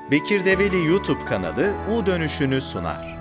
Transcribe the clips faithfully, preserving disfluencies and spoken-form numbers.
Bekir Develi YouTube kanalı U Dönüşünü sunar.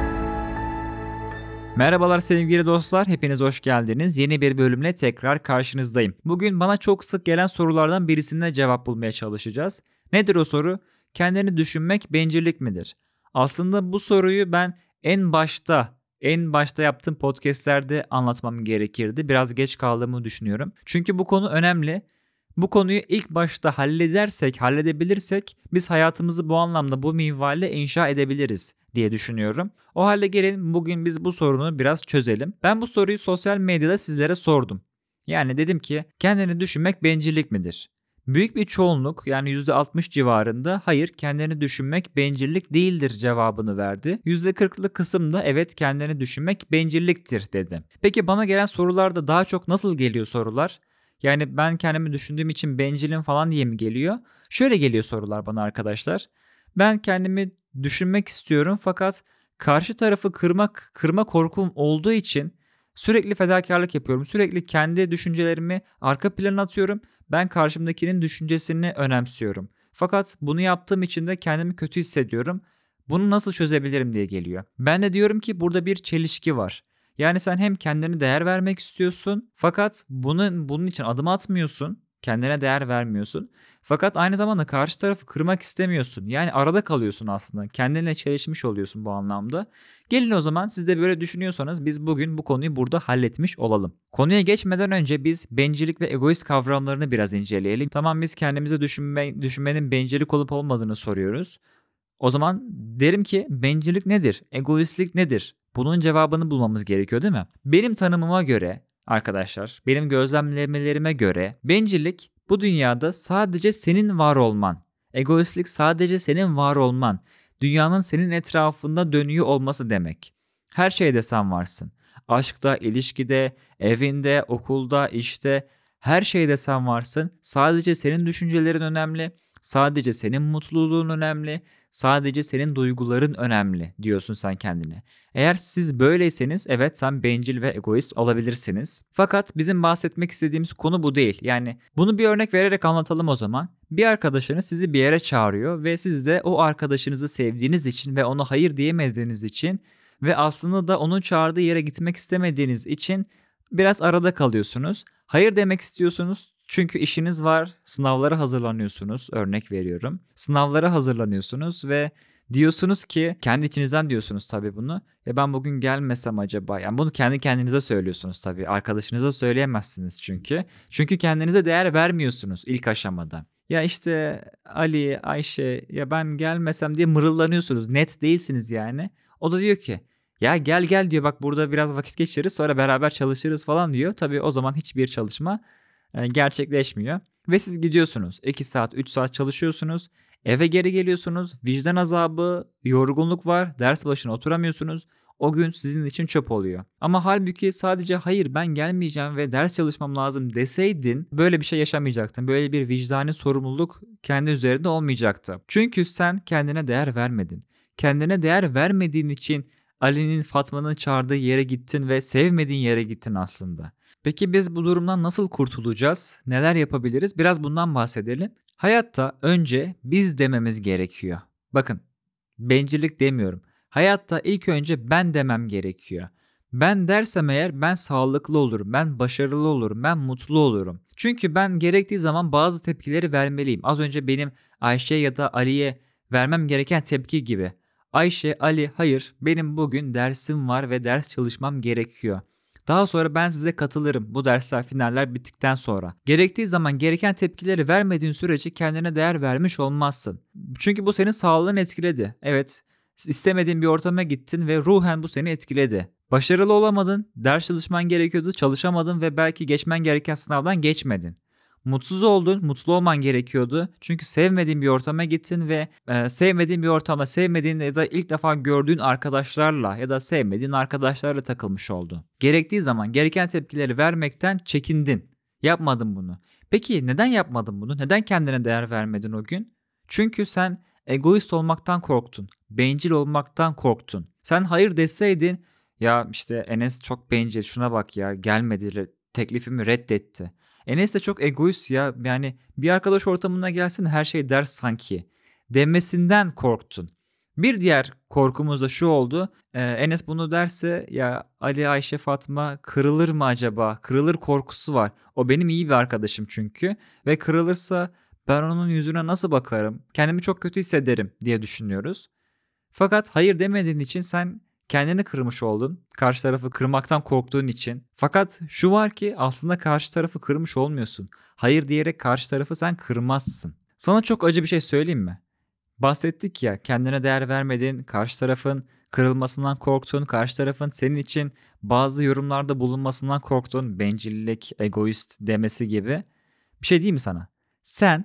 Merhabalar sevgili dostlar, hepiniz hoş geldiniz. Yeni bir bölümle tekrar karşınızdayım. Bugün bana çok sık gelen sorulardan birisine cevap bulmaya çalışacağız. Nedir o soru? Kendini düşünmek bencillik midir? Aslında bu soruyu ben en başta, en başta yaptığım podcastlerde anlatmam gerekirdi. Biraz geç kaldığımı düşünüyorum. Çünkü bu konu önemli. Bu konuyu ilk başta halledersek, halledebilirsek biz hayatımızı bu anlamda, bu minvalle inşa edebiliriz diye düşünüyorum. O halde gelin bugün biz bu sorunu biraz çözelim. Ben bu soruyu sosyal medyada sizlere sordum. Yani dedim ki kendini düşünmek bencillik midir? Büyük bir çoğunluk yani yüzde altmış civarında hayır kendini düşünmek bencillik değildir cevabını verdi. yüzde kırklık kısım da evet kendini düşünmek bencilliktir dedi. Peki bana gelen sorularda daha çok nasıl geliyor sorular? Yani ben kendimi düşündüğüm için bencilim falan diye mi geliyor? Şöyle geliyor sorular bana arkadaşlar. Ben kendimi düşünmek istiyorum fakat karşı tarafı kırmak kırma korkum olduğu için sürekli fedakarlık yapıyorum. Sürekli kendi düşüncelerimi arka plana atıyorum. Ben karşımdakinin düşüncesini önemsiyorum. Fakat bunu yaptığım için de kendimi kötü hissediyorum. Bunu nasıl çözebilirim diye geliyor. Ben de diyorum ki burada bir çelişki var. Yani sen hem kendine değer vermek istiyorsun fakat bunun bunun için adım atmıyorsun. Kendine değer vermiyorsun. Fakat aynı zamanda karşı tarafı kırmak istemiyorsun. Yani arada kalıyorsun aslında. Kendinle çelişmiş oluyorsun bu anlamda. Gelin o zaman siz de böyle düşünüyorsanız biz bugün bu konuyu burada halletmiş olalım. Konuya geçmeden önce biz bencillik ve egoist kavramlarını biraz inceleyelim. Tamam biz kendimize düşünme, düşünmenin bencillik olup olmadığını soruyoruz. O zaman derim ki bencillik nedir? Egoistlik nedir? Bunun cevabını bulmamız gerekiyor değil mi? Benim tanımıma göre arkadaşlar, benim gözlemlemelerime göre bencillik bu dünyada sadece senin var olman. Egoistlik sadece senin var olman. Dünyanın senin etrafında dönüyor olması demek. Her şeyde sen varsın. Aşkta, ilişkide, evinde, okulda, işte her şeyde sen varsın. Sadece senin düşüncelerin önemli. Sadece senin mutluluğun önemli. Sadece senin duyguların önemli diyorsun sen kendine. Eğer siz böyleyseniz evet sen bencil ve egoist olabilirsiniz. Fakat bizim bahsetmek istediğimiz konu bu değil. Yani bunu bir örnek vererek anlatalım o zaman. Bir arkadaşınız sizi bir yere çağırıyor ve siz de o arkadaşınızı sevdiğiniz için ve ona hayır diyemediğiniz için ve aslında da onun çağırdığı yere gitmek istemediğiniz için biraz arada kalıyorsunuz. Hayır demek istiyorsunuz. Çünkü işiniz var, sınavlara hazırlanıyorsunuz, örnek veriyorum. Sınavlara hazırlanıyorsunuz ve diyorsunuz ki, kendi içinizden diyorsunuz tabii bunu. Ya ben bugün gelmesem acaba? Yani bunu kendi kendinize söylüyorsunuz tabii. Arkadaşınıza söyleyemezsiniz çünkü. Çünkü kendinize değer vermiyorsunuz ilk aşamada. Ya işte Ali, Ayşe ya ben gelmesem diye mırıldanıyorsunuz. Net değilsiniz yani. O da diyor ki ya gel gel diyor bak burada biraz vakit geçiririz sonra beraber çalışırız falan diyor. Tabii o zaman hiçbir çalışma gerçekleşmiyor. Ve siz gidiyorsunuz. iki saat, üç saat çalışıyorsunuz. Eve geri geliyorsunuz. Vicdan azabı, yorgunluk var. Ders başına oturamıyorsunuz. O gün sizin için çöp oluyor. Ama halbuki sadece hayır ben gelmeyeceğim ve ders çalışmam lazım deseydin böyle bir şey yaşamayacaktın. Böyle bir vicdani sorumluluk kendi üzerinde olmayacaktı. Çünkü sen kendine değer vermedin. Kendine değer vermediğin için Ali'nin Fatma'nın çağırdığı yere gittin ve sevmediğin yere gittin aslında. Peki biz bu durumdan nasıl kurtulacağız? Neler yapabiliriz? Biraz bundan bahsedelim. Hayatta önce biz dememiz gerekiyor. Bakın, bencillik demiyorum. Hayatta ilk önce ben demem gerekiyor. Ben dersem eğer ben sağlıklı olurum, ben başarılı olurum, ben mutlu olurum. Çünkü ben gerektiği zaman bazı tepkileri vermeliyim. Az önce benim Ayşe ya da Ali'ye vermem gereken tepki gibi. Ayşe, Ali, hayır benim bugün dersim var ve ders çalışmam gerekiyor. Daha sonra ben size katılırım bu dersler finaller bittikten sonra. Gerektiği zaman gereken tepkileri vermediğin sürece kendine değer vermiş olmazsın. Çünkü bu senin sağlığını etkiledi. Evet, istemediğin bir ortama gittin ve ruhen bu seni etkiledi. Başarılı olamadın, ders çalışman gerekiyordu, çalışamadın ve belki geçmen gereken sınavdan geçmedin. Mutsuz oldun, mutlu olman gerekiyordu. Çünkü sevmediğin bir ortama gittin ve e, sevmediğin bir ortama, sevmediğin ya da ilk defa gördüğün arkadaşlarla ya da sevmediğin arkadaşlarla takılmış oldun. Gerektiği zaman gereken tepkileri vermekten çekindin. Yapmadın bunu. Peki neden yapmadın bunu? Neden kendine değer vermedin o gün? Çünkü sen egoist olmaktan korktun. Bencil olmaktan korktun. Sen hayır deseydin ya işte Enes çok bencil şuna bak ya gelmedi teklifimi reddetti. Enes de çok egoist ya yani bir arkadaş ortamına gelsin her şey ders sanki demesinden korktun. Bir diğer korkumuz da şu oldu. Ee, Enes bunu derse ya Ali, Ayşe, Fatma kırılır mı acaba? Kırılır korkusu var. O benim iyi bir arkadaşım çünkü. Ve kırılırsa ben onun yüzüne nasıl bakarım? Kendimi çok kötü hissederim diye düşünüyoruz. Fakat hayır demediğin için sen kendini kırmış oldun. Karşı tarafı kırmaktan korktuğun için. Fakat şu var ki aslında karşı tarafı kırmış olmuyorsun. Hayır diyerek karşı tarafı sen kırmazsın. Sana çok acı bir şey söyleyeyim mi? Bahsettik ya, kendine değer vermediğin, karşı tarafın kırılmasından korktuğun, karşı tarafın senin için bazı yorumlarda bulunmasından korktuğun, bencillik, egoist demesi gibi. Bir şey diyeyim mi sana? Sen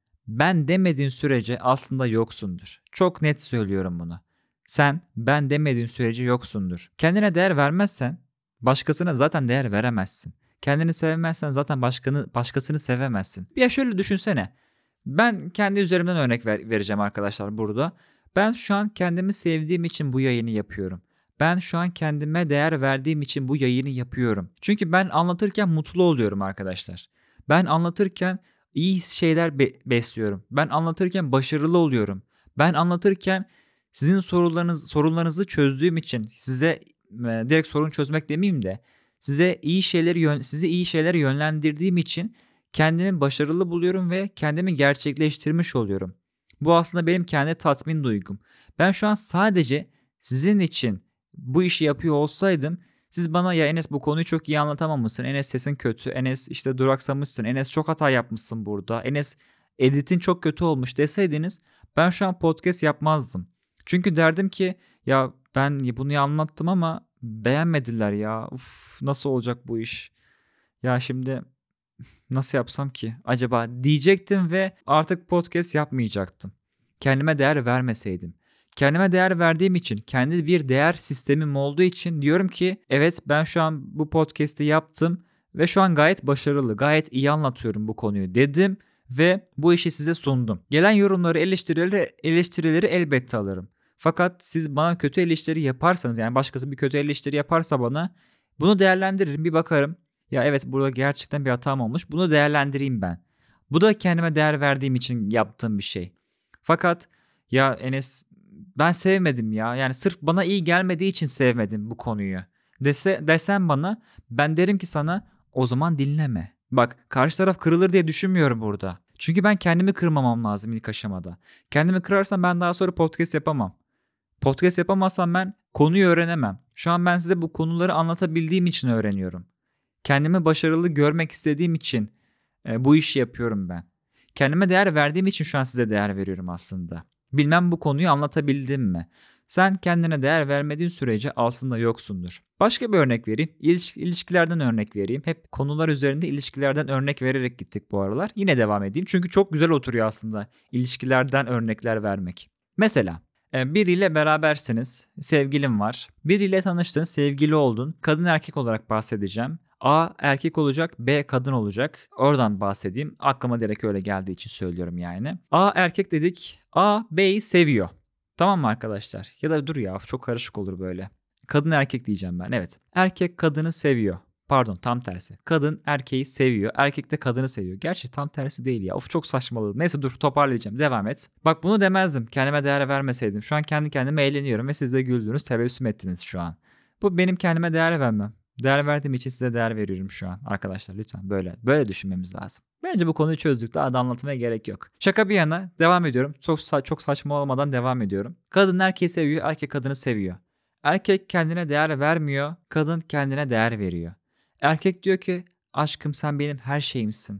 ben demediğin sürece aslında yoksundur. Çok net söylüyorum bunu. Sen ben demediğin sürece yoksundur. Kendine değer vermezsen başkasına zaten değer veremezsin. Kendini sevmezsen zaten başkanı, başkasını sevemezsin. Bir ya şöyle düşünsene. Ben kendi üzerimden örnek ver, vereceğim arkadaşlar burada. Ben şu an kendimi sevdiğim için bu yayını yapıyorum. Ben şu an kendime değer verdiğim için bu yayını yapıyorum. Çünkü ben anlatırken mutlu oluyorum arkadaşlar. Ben anlatırken iyi şeyler be- besliyorum. Ben anlatırken başarılı oluyorum. Ben anlatırken sizin sorularınız sorunlarınızı çözdüğüm için size e, direkt sorun çözmek demeyeyim de size iyi şeyleri yön, sizi iyi şeylere yönlendirdiğim için kendimi başarılı buluyorum ve kendimi gerçekleştirmiş oluyorum. Bu aslında benim kendi tatmin duygum. Ben şu an sadece sizin için bu işi yapıyor olsaydım siz bana ya Enes bu konuyu çok iyi anlatamamışsın. Enes sesin kötü. Enes işte duraksamışsın. Enes çok hata yapmışsın burada. Enes editin çok kötü olmuş deseydiniz ben şu an podcast yapmazdım. Çünkü derdim ki ya ben bunu anlattım ama beğenmediler ya. Uf, nasıl olacak bu iş? Ya şimdi nasıl yapsam ki acaba diyecektim ve artık podcast yapmayacaktım. Kendime değer vermeseydim. Kendime değer verdiğim için, kendi bir değer sistemim olduğu için diyorum ki evet ben şu an bu podcast'i yaptım ve şu an gayet başarılı, gayet iyi anlatıyorum bu konuyu dedim ve bu işi size sundum. Gelen yorumları, eleştirileri, eleştirileri elbette alırım. Fakat siz bana kötü eleştiri yaparsanız, yani başkası bir kötü eleştiri yaparsa bana bunu değerlendiririm, bir bakarım. Ya evet burada gerçekten bir hatam olmuş. Bunu değerlendireyim ben. Bu da kendime değer verdiğim için yaptığım bir şey. Fakat ya Enes ben sevmedim ya. Yani sırf bana iyi gelmediği için sevmedim bu konuyu. Dese, desen bana ben derim ki sana o zaman dinleme. Bak karşı taraf kırılır diye düşünmüyorum burada. Çünkü ben kendimi kırmamam lazım ilk aşamada. Kendimi kırarsam ben daha sonra podcast yapamam. Podcast yapamazsam ben konuyu öğrenemem. Şu an ben size bu konuları anlatabildiğim için öğreniyorum. Kendimi başarılı görmek istediğim için e, bu işi yapıyorum ben. Kendime değer verdiğim için şu an size değer veriyorum aslında. Bilmem bu konuyu anlatabildim mi? Sen kendine değer vermediğin sürece aslında yoksundur. Başka bir örnek vereyim. İliş- ilişkilerden örnek vereyim. Hep konular üzerinde ilişkilerden örnek vererek gittik bu aralar. Yine devam edeyim. Çünkü çok güzel oturuyor aslında ilişkilerden örnekler vermek. Mesela e, biriyle berabersiniz. Sevgilin var. Biriyle tanıştın, sevgili oldun. Kadın erkek olarak bahsedeceğim. A erkek olacak, B kadın olacak. Oradan bahsedeyim. Aklıma direkt öyle geldiği için söylüyorum yani. A erkek dedik. A B'yi seviyor. Tamam mı arkadaşlar? Ya da dur ya çok karışık olur böyle. Kadın erkek diyeceğim ben. Evet. Erkek kadını seviyor. Pardon tam tersi. Kadın erkeği seviyor. Erkek de kadını seviyor. Gerçi tam tersi değil ya. Of çok saçmaladım. Neyse dur toparlayacağım. Devam et. Bak bunu demezdim. Kendime değer vermeseydim. Şu an kendi kendime eğleniyorum ve siz de güldünüz. Tebessüm ettiniz şu an. Bu benim kendime değer vermem. Değer verdiğim için size değer veriyorum şu an. Arkadaşlar lütfen böyle böyle düşünmemiz lazım. Bence bu konuyu çözdük. Daha da anlatmaya gerek yok. Şaka bir yana devam ediyorum. Çok, sa- çok saçma olmadan devam ediyorum. Kadın erkeği seviyor, erkek kadını seviyor. Erkek kendine değer vermiyor, kadın kendine değer veriyor. Erkek diyor ki aşkım sen benim her şeyimsin.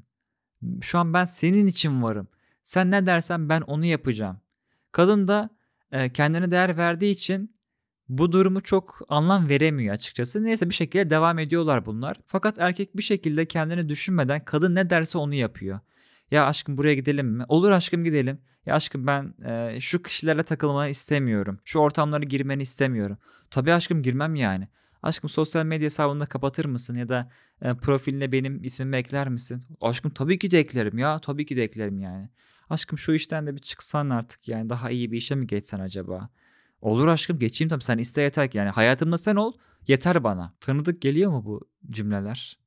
Şu an ben senin için varım. Sen ne dersen ben onu yapacağım. Kadın da e, kendine değer verdiği için bu durumu çok anlam veremiyor açıkçası. Neyse bir şekilde devam ediyorlar bunlar. Fakat erkek bir şekilde kendini düşünmeden kadın ne derse onu yapıyor. Ya aşkım buraya gidelim mi? Olur aşkım gidelim. Ya aşkım ben e, şu kişilerle takılmanı istemiyorum. Şu ortamlara girmeni istemiyorum. Tabii aşkım girmem yani. Aşkım sosyal medya hesabını da kapatır mısın? Ya da e, profiline benim ismimi ekler misin? Aşkım tabii ki de eklerim ya. Tabii ki de eklerim yani. Aşkım şu işten de bir çıksan artık yani. Daha iyi bir işe mi geçsen acaba? Olur aşkım geçeyim tabii sen iste yeter ki yani hayatımda sen ol yeter bana. Tanıdık geliyor mu bu cümleler?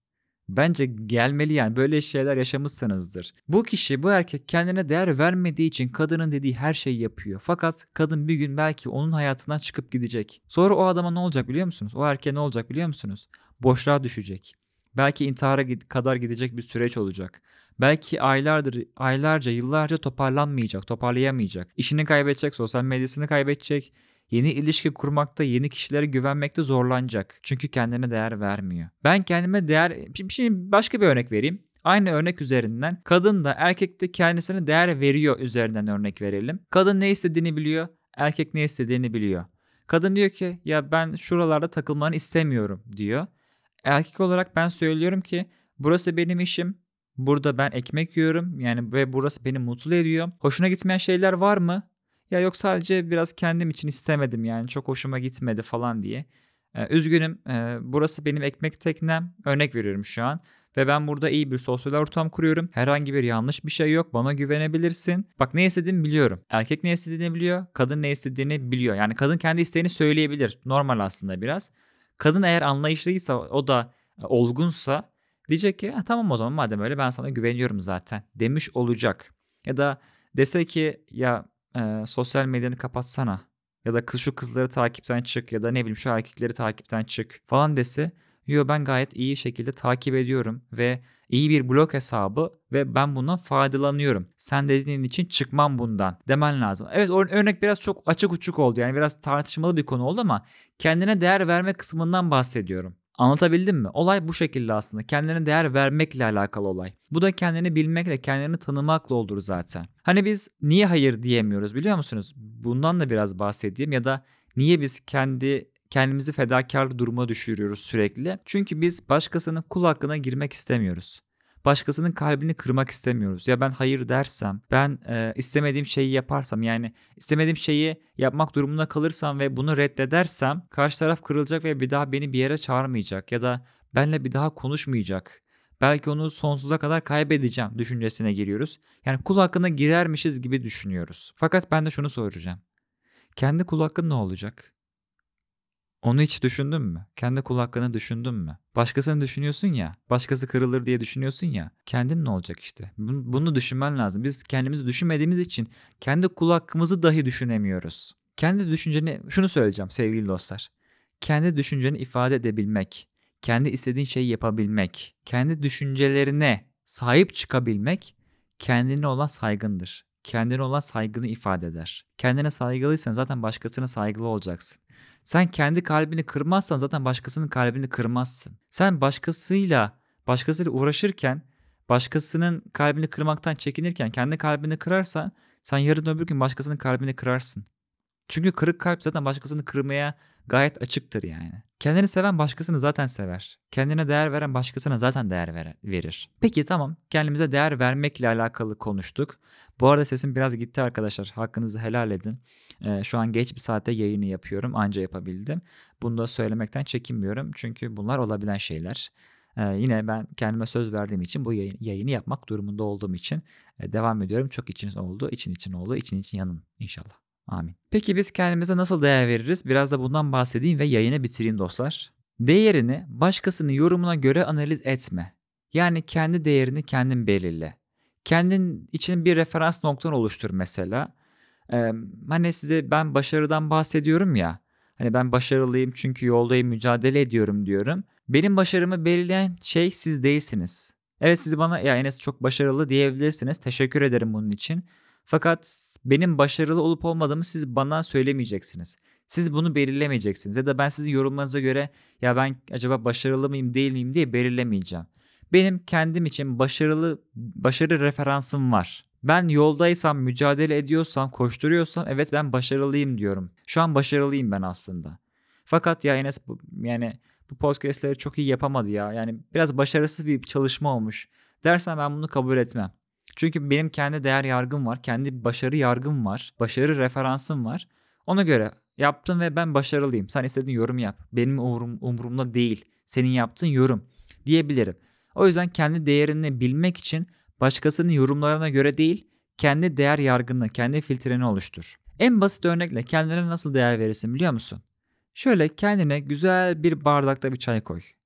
Bence gelmeli yani böyle şeyler yaşamışsınızdır. Bu kişi, bu erkek kendine değer vermediği için kadının dediği her şeyi yapıyor. Fakat kadın bir gün belki onun hayatından çıkıp gidecek. Sonra o adama ne olacak biliyor musunuz? O erkeğe ne olacak biliyor musunuz? Boşluğa düşecek. Belki intihara kadar gidecek bir süreç olacak. Belki aylardır, aylarca, yıllarca toparlanmayacak, toparlayamayacak. İşini kaybedecek, sosyal medyasını kaybedecek. Yeni ilişki kurmakta, yeni kişilere güvenmekte zorlanacak. Çünkü kendine değer vermiyor. Ben kendime değer... Şimdi başka bir örnek vereyim. Aynı örnek üzerinden kadın da erkek de kendisine değer veriyor üzerinden örnek verelim. Kadın ne istediğini biliyor, erkek ne istediğini biliyor. Kadın diyor ki ya ben şuralarda takılmanı istemiyorum diyor. Erkek olarak ben söylüyorum ki burası benim işim. Burada ben ekmek yiyorum yani ve burası beni mutlu ediyor. Hoşuna gitmeyen şeyler var mı? Ya yok sadece biraz kendim için istemedim yani çok hoşuma gitmedi falan diye. Ee, üzgünüm ee, burası benim ekmek teknem örnek veriyorum şu an. Ve ben burada iyi bir sosyal ortam kuruyorum. Herhangi bir yanlış bir şey yok. Bana güvenebilirsin. Bak ne istediğimi biliyorum. Erkek ne istediğini biliyor. Kadın ne istediğini biliyor. Yani kadın kendi isteğini söyleyebilir. Normal aslında biraz. Kadın eğer anlayışlıysa o da e, olgunsa diyecek ki tamam o zaman madem öyle ben sana güveniyorum zaten demiş olacak. Ya da dese ki ya e, sosyal medyanı kapatsana ya da kız şu kızları takipten çık ya da ne bileyim şu erkekleri takipten çık falan dese yo ben gayet iyi şekilde takip ediyorum ve iyi bir blog hesabı ve ben bundan faydalanıyorum. Sen dediğin için çıkmam bundan demen lazım. Evet o örnek biraz çok açık uçuk oldu yani biraz tartışmalı bir konu oldu ama kendine değer verme kısmından bahsediyorum. Anlatabildim mi? Olay bu şekilde aslında. Kendine değer vermekle alakalı olay. Bu da kendini bilmekle, kendini tanımakla olur zaten. Hani biz niye hayır diyemiyoruz biliyor musunuz? Bundan da biraz bahsedeyim ya da niye biz kendi kendimizi fedakar duruma düşürüyoruz sürekli? Çünkü biz başkasının kul hakkına girmek istemiyoruz. Başkasının kalbini kırmak istemiyoruz. Ya ben hayır dersem, ben e, istemediğim şeyi yaparsam yani istemediğim şeyi yapmak durumunda kalırsam ve bunu reddedersem karşı taraf kırılacak ve bir daha beni bir yere çağırmayacak ya da benimle bir daha konuşmayacak. Belki onu sonsuza kadar kaybedeceğim düşüncesine giriyoruz. Yani kul hakkına girermişiz gibi düşünüyoruz. Fakat ben de şunu soracağım. Kendi kul hakkın ne olacak? Onu hiç düşündün mü? Kendi kul hakkını düşündün mü? Başkasını düşünüyorsun ya, başkası kırılır diye düşünüyorsun ya, kendin ne olacak işte? Bunu, bunu düşünmen lazım. Biz kendimizi düşünmediğimiz için kendi kul hakkımızı dahi düşünemiyoruz. Kendi düşünceni, şunu söyleyeceğim sevgili dostlar. Kendi düşünceni ifade edebilmek, kendi istediğin şeyi yapabilmek, kendi düşüncelerine sahip çıkabilmek kendine olan saygındır. Kendine olan saygını ifade eder. Kendine saygılıysan zaten başkasına saygılı olacaksın. Sen kendi kalbini kırmazsan zaten başkasının kalbini kırmazsın. Sen başkasıyla başkasıyla uğraşırken, başkasının kalbini kırmaktan çekinirken kendi kalbini kırarsan sen yarın öbür gün başkasının kalbini kırarsın. Çünkü kırık kalp zaten başkasını kırmaya gayet açıktır yani. Kendini seven başkasını zaten sever. Kendine değer veren başkasına zaten değer ver- verir. Peki tamam, kendimize değer vermekle alakalı konuştuk. Bu arada sesim biraz gitti arkadaşlar. Hakkınızı helal edin. Ee, şu an geç bir saatte yayını yapıyorum. Anca yapabildim. Bunu da söylemekten çekinmiyorum. Çünkü bunlar olabilen şeyler. Ee, yine ben kendime söz verdiğim için bu yayın, yayını yapmak durumunda olduğum için e, devam ediyorum. Çok için oldu, için için oldu, için için yanın inşallah. Amin. Peki biz kendimize nasıl değer veririz? Biraz da bundan bahsedeyim ve yayını bitireyim dostlar. Değerini başkasının yorumuna göre analiz etme. Yani kendi değerini kendin belirle. Kendin için bir referans noktan oluştur mesela. Ee, hani size ben başarıdan bahsediyorum ya. Hani ben başarılıyım çünkü yoldayım, mücadele ediyorum diyorum. Benim başarımı belirleyen şey siz değilsiniz. Evet siz bana ya Enes çok başarılı diyebilirsiniz. Teşekkür ederim bunun için. Fakat benim başarılı olup olmadığımı siz bana söylemeyeceksiniz. Siz bunu belirlemeyeceksiniz. Ya da ben sizin yorumlarınıza göre ya ben acaba başarılı mıyım değil miyim diye belirlemeyeceğim. Benim kendim için başarılı başarı referansım var. Ben yoldaysam, mücadele ediyorsam, koşturuyorsam evet ben başarılıyım diyorum. Şu an başarılıyım ben aslında. Fakat ya Enes bu, yani bu podcastleri çok iyi yapamadı ya. Yani biraz başarısız bir çalışma olmuş dersen ben bunu kabul etmem. Çünkü benim kendi değer yargım var, kendi başarı yargım var, başarı referansım var. Ona göre yaptım ve ben başarılıyım. Sen istediğin yorum yap. Benim umurum, umurumda değil. Senin yaptığın yorum diyebilirim. O yüzden kendi değerini bilmek için başkasının yorumlarına göre değil, kendi değer yargını, kendi filtreni oluştur. En basit örnekle kendine nasıl değer verirsin biliyor musun? Şöyle kendine güzel bir bardakta bir çay koy.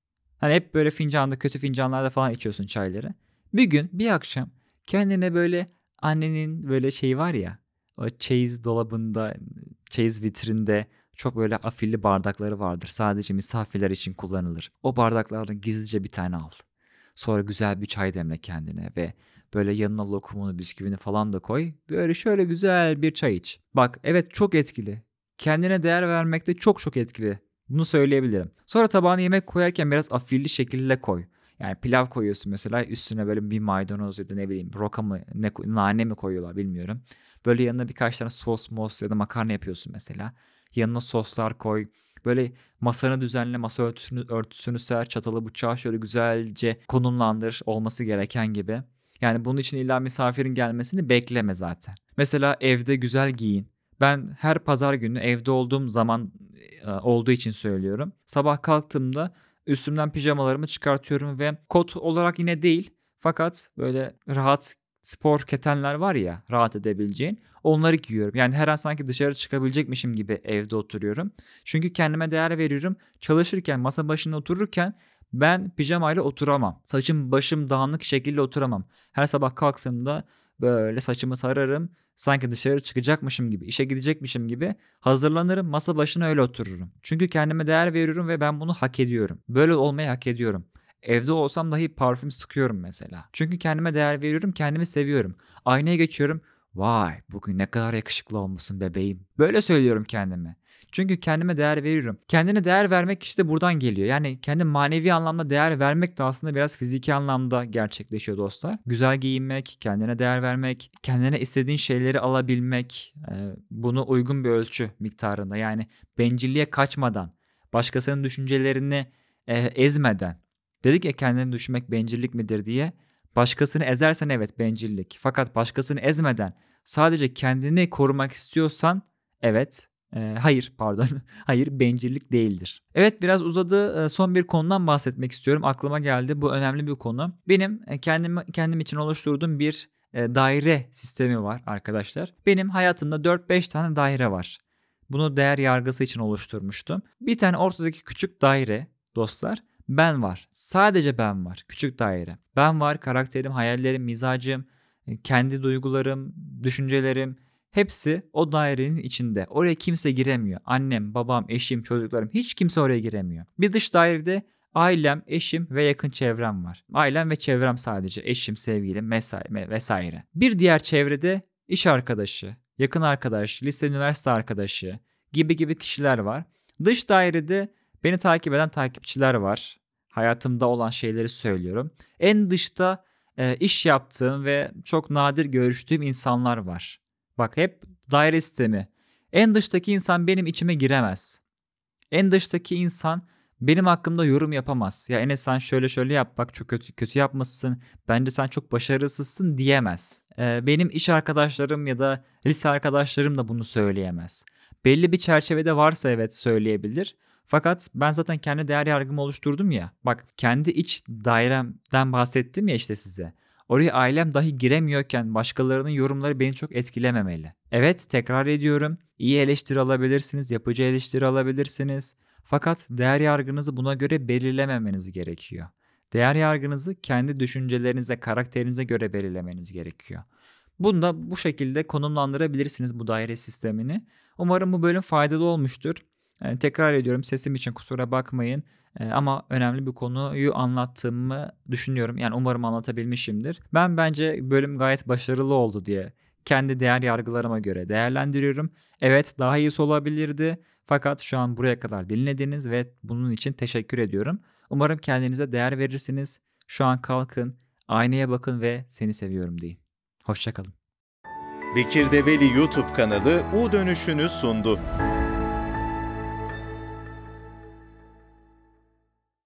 Hani hep böyle fincanda, kötü fincanlarda falan içiyorsun çayları. Bir gün, bir akşam kendine böyle annenin böyle şeyi var ya, o çeyiz dolabında, çeyiz vitrinde çok böyle afilli bardakları vardır. Sadece misafirler için kullanılır. O bardaklardan gizlice bir tane al. Sonra güzel bir çay demle kendine ve böyle yanına lokumunu, bisküvini falan da koy. Böyle şöyle güzel bir çay iç. Bak, evet, çok etkili. Kendine değer vermekte çok çok etkili. Bunu söyleyebilirim. Sonra tabağına yemek koyarken biraz afilli şekilde koy. Yani pilav koyuyorsun mesela, üstüne böyle bir maydanoz ya da ne bileyim roka mı, ne, nane mi koyuyorlar bilmiyorum. Böyle yanına birkaç tane sos mos ya da makarna yapıyorsun mesela. Yanına soslar koy. Böyle masanı düzenle, masa örtüsünü, örtüsünü ser, çatalı bıçağı şöyle güzelce konumlandır olması gereken gibi. Yani bunun için illa misafirin gelmesini bekleme zaten. Mesela evde güzel giyin. Ben her pazar günü evde olduğum zaman e, olduğu için söylüyorum. Sabah kalktığımda üstümden pijamalarımı çıkartıyorum ve kot olarak yine değil, fakat böyle rahat spor ketenler var ya, rahat edebileceğin, onları giyiyorum. Yani her an sanki dışarı çıkabilecekmişim gibi evde oturuyorum. Çünkü kendime değer veriyorum. Çalışırken, masa başında otururken ben pijamayla oturamam. Saçım başım dağınık şekilde oturamam. Her sabah kalktığımda böyle saçımı sararım. Sanki dışarı çıkacakmışım gibi, işe gidecekmişim gibi hazırlanırım, masa başına öyle otururum. Çünkü kendime değer veriyorum ve ben bunu hak ediyorum. Böyle olmayı hak ediyorum. Evde olsam dahi parfüm sıkıyorum mesela. Çünkü kendime değer veriyorum, kendimi seviyorum. Aynaya geçiyorum. Vay, bugün ne kadar yakışıklı olmuşsun bebeğim. Böyle söylüyorum kendime. Çünkü kendime değer veriyorum. Kendine değer vermek işte buradan geliyor. Yani kendi manevi anlamda değer vermek de aslında biraz fiziki anlamda gerçekleşiyor dostlar. Güzel giyinmek, kendine değer vermek, kendine istediğin şeyleri alabilmek, bunu uygun bir ölçü miktarında. Yani bencilliğe kaçmadan, başkasının düşüncelerini ezmeden. Dedik ya, kendini düşünmek bencillik midir diye. Başkasını ezersen evet bencillik. Fakat başkasını ezmeden sadece kendini korumak istiyorsan evet. E, hayır pardon. Hayır, bencillik değildir. Evet, biraz uzadı. E, son bir konudan bahsetmek istiyorum. Aklıma geldi. Bu önemli bir konu. Benim e, kendim kendim için oluşturduğum bir e, daire sistemi var arkadaşlar. Benim hayatımda dört beş tane daire var. Bunu değer yargısı için oluşturmuştum. Bir tane ortadaki küçük daire dostlar. Ben var. Sadece ben var. Küçük daire. Ben var. Karakterim, hayallerim, mizacım, kendi duygularım, düşüncelerim hepsi o dairenin içinde. Oraya kimse giremiyor. Annem, babam, eşim, çocuklarım, hiç kimse oraya giremiyor. Bir dış dairede ailem, eşim ve yakın çevrem var. Ailem ve çevrem sadece. Eşim, sevgilim vesaire vesaire. Bir diğer çevrede iş arkadaşı, yakın arkadaş, lise üniversite arkadaşı gibi gibi kişiler var. Dış dairede beni takip eden takipçiler var. Hayatımda olan şeyleri söylüyorum. En dışta e, iş yaptığım ve çok nadir görüştüğüm insanlar var. Bak, hep daire sistemi. En dıştaki insan benim içime giremez. En dıştaki insan benim hakkımda yorum yapamaz. Ya Enes, sen şöyle şöyle yap, bak çok kötü kötü yapmışsın. Bence sen çok başarısızsın diyemez. E, benim iş arkadaşlarım ya da lise arkadaşlarım da bunu söyleyemez. Belli bir çerçevede varsa evet söyleyebilir. Fakat ben zaten kendi değer yargımı oluşturdum ya. Bak, kendi iç dairemden bahsettim ya işte size. Oraya ailem dahi giremiyorken başkalarının yorumları beni çok etkilememeli. Evet, tekrar ediyorum. İyi eleştiri alabilirsiniz, yapıcı eleştiri alabilirsiniz. Fakat değer yargınızı buna göre belirlememeniz gerekiyor. Değer yargınızı kendi düşüncelerinize, karakterinize göre belirlemeniz gerekiyor. Bunu da bu şekilde konumlandırabilirsiniz bu daire sistemini. Umarım bu bölüm faydalı olmuştur. Yani tekrar ediyorum, sesim için kusura bakmayın ee, ama önemli bir konuyu anlattığımı düşünüyorum. Yani umarım anlatabilmişimdir. Ben bence bölüm gayet başarılı oldu diye kendi değer yargılarıma göre değerlendiriyorum. Evet, daha iyisi olabilirdi fakat şu an buraya kadar dinlediniz ve bunun için teşekkür ediyorum. Umarım kendinize değer verirsiniz. Şu an kalkın, aynaya bakın ve seni seviyorum deyin. Hoşça kalın. Bekirdeveli YouTube kanalı U dönüşünü sundu.